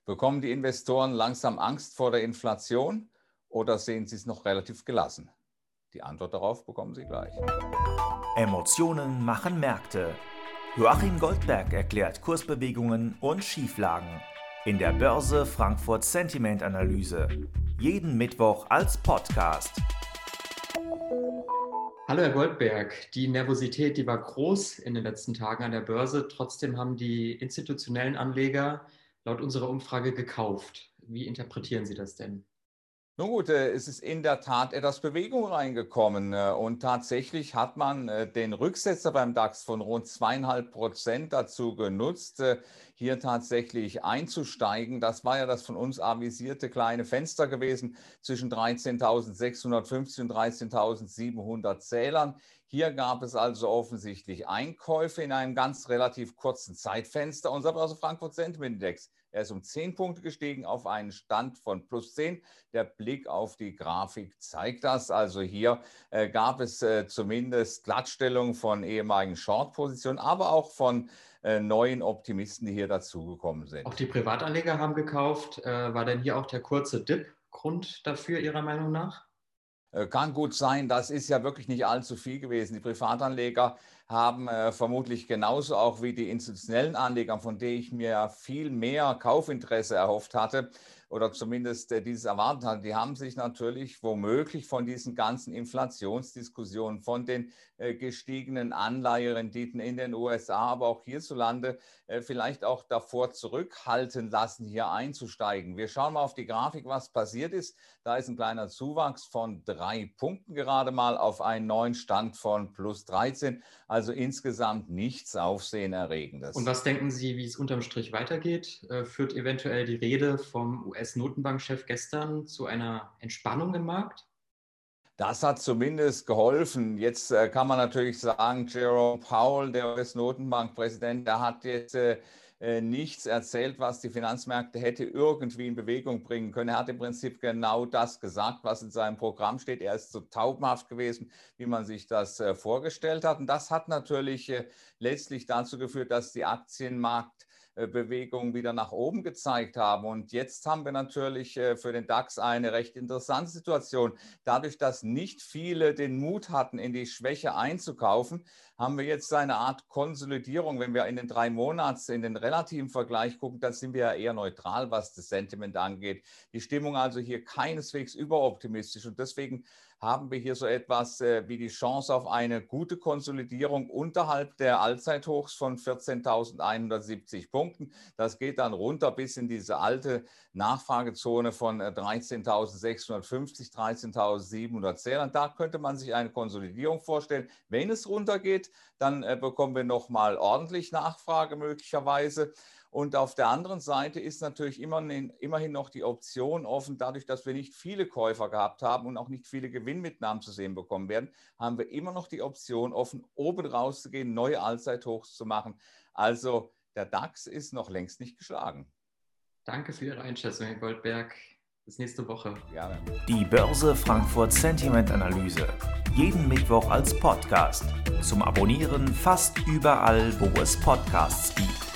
Bekommen die Investoren langsam Angst vor der Inflation oder sehen sie es noch relativ gelassen? Die Antwort darauf bekommen Sie gleich. Emotionen machen Märkte. Joachim Goldberg erklärt Kursbewegungen und Schieflagen in der Börse Frankfurt Sentiment Analyse. Jeden Mittwoch als Podcast. Hallo Herr Goldberg, die Nervosität, die war groß in den letzten Tagen an der Börse. Trotzdem haben die institutionellen Anleger laut unserer Umfrage gekauft. Wie interpretieren Sie das denn? Nun gut, es ist in der Tat etwas Bewegung reingekommen und tatsächlich hat man den Rücksetzer beim DAX von rund 2,5% dazu genutzt, hier tatsächlich einzusteigen. Das war ja das von uns avisierte kleine Fenster gewesen zwischen 13.650 und 13.700 Zählern. Hier gab es also offensichtlich Einkäufe in einem ganz relativ kurzen Zeitfenster. Unser Börse Frankfurt Sentiment Index, er ist um 10 Punkte gestiegen auf einen Stand von plus 10. Der Blick auf die Grafik zeigt das. Also hier gab es zumindest Glattstellung von ehemaligen Short-Positionen, aber auch von neuen Optimisten, die hier dazugekommen sind. Auch die Privatanleger haben gekauft. War denn hier auch der kurze Dip Grund dafür Ihrer Meinung nach? Kann gut sein, das ist ja wirklich nicht allzu viel gewesen. Die Privatanleger haben vermutlich genauso auch wie die institutionellen Anleger, von denen ich mir viel mehr Kaufinteresse erhofft hatte oder zumindest dieses erwartet hatte, die haben sich natürlich womöglich von diesen ganzen Inflationsdiskussionen, von den gestiegenen Anleiherenditen in den USA, aber auch hierzulande vielleicht auch davor zurückhalten lassen, hier einzusteigen. Wir schauen mal auf die Grafik, was passiert ist. Da ist ein kleiner Zuwachs von 3 Punkten gerade mal auf einen neuen Stand von plus 13. Also insgesamt nichts Aufsehenerregendes. Und was denken Sie, wie es unterm Strich weitergeht? Führt eventuell die Rede vom US-Notenbankchef gestern zu einer Entspannung im Markt? Das hat zumindest geholfen. Jetzt kann man natürlich sagen, Jerome Powell, der US-Notenbankpräsident, der hat jetzt nichts erzählt, was die Finanzmärkte hätte irgendwie in Bewegung bringen können. Er hat im Prinzip genau das gesagt, was in seinem Programm steht. Er ist so taubenhaft gewesen, wie man sich das vorgestellt hat. Und das hat natürlich letztlich dazu geführt, dass die Aktienmarktbewegungen wieder nach oben gezeigt haben. Und jetzt haben wir natürlich für den DAX eine recht interessante Situation. Dadurch, dass nicht viele den Mut hatten, in die Schwäche einzukaufen, haben wir jetzt eine Art Konsolidierung. Wenn wir in den 3 Monats, in den relativen Vergleich gucken, dann sind wir ja eher neutral, was das Sentiment angeht. Die Stimmung also hier keineswegs überoptimistisch und deswegen haben wir hier so etwas wie die Chance auf eine gute Konsolidierung unterhalb der Allzeithochs von 14.170 Punkten. Das geht dann runter bis in diese alte Nachfragezone von 13.650, 13.700 Zählern. Da könnte man sich eine Konsolidierung vorstellen. Wenn es runtergeht, dann bekommen wir nochmal ordentlich Nachfrage möglicherweise. Und auf der anderen Seite ist natürlich immerhin noch die Option offen, dadurch, dass wir nicht viele Käufer gehabt haben und auch nicht viele Gewinnmitnahmen zu sehen bekommen werden, haben wir immer noch die Option offen, oben rauszugehen, neue Allzeithochs zu machen. Also der DAX ist noch längst nicht geschlagen. Danke für Ihre Einschätzung, Herr Goldberg. Bis nächste Woche. Gerne. Die Börse Frankfurt Sentiment Analyse. Jeden Mittwoch als Podcast. Zum Abonnieren fast überall, wo es Podcasts gibt.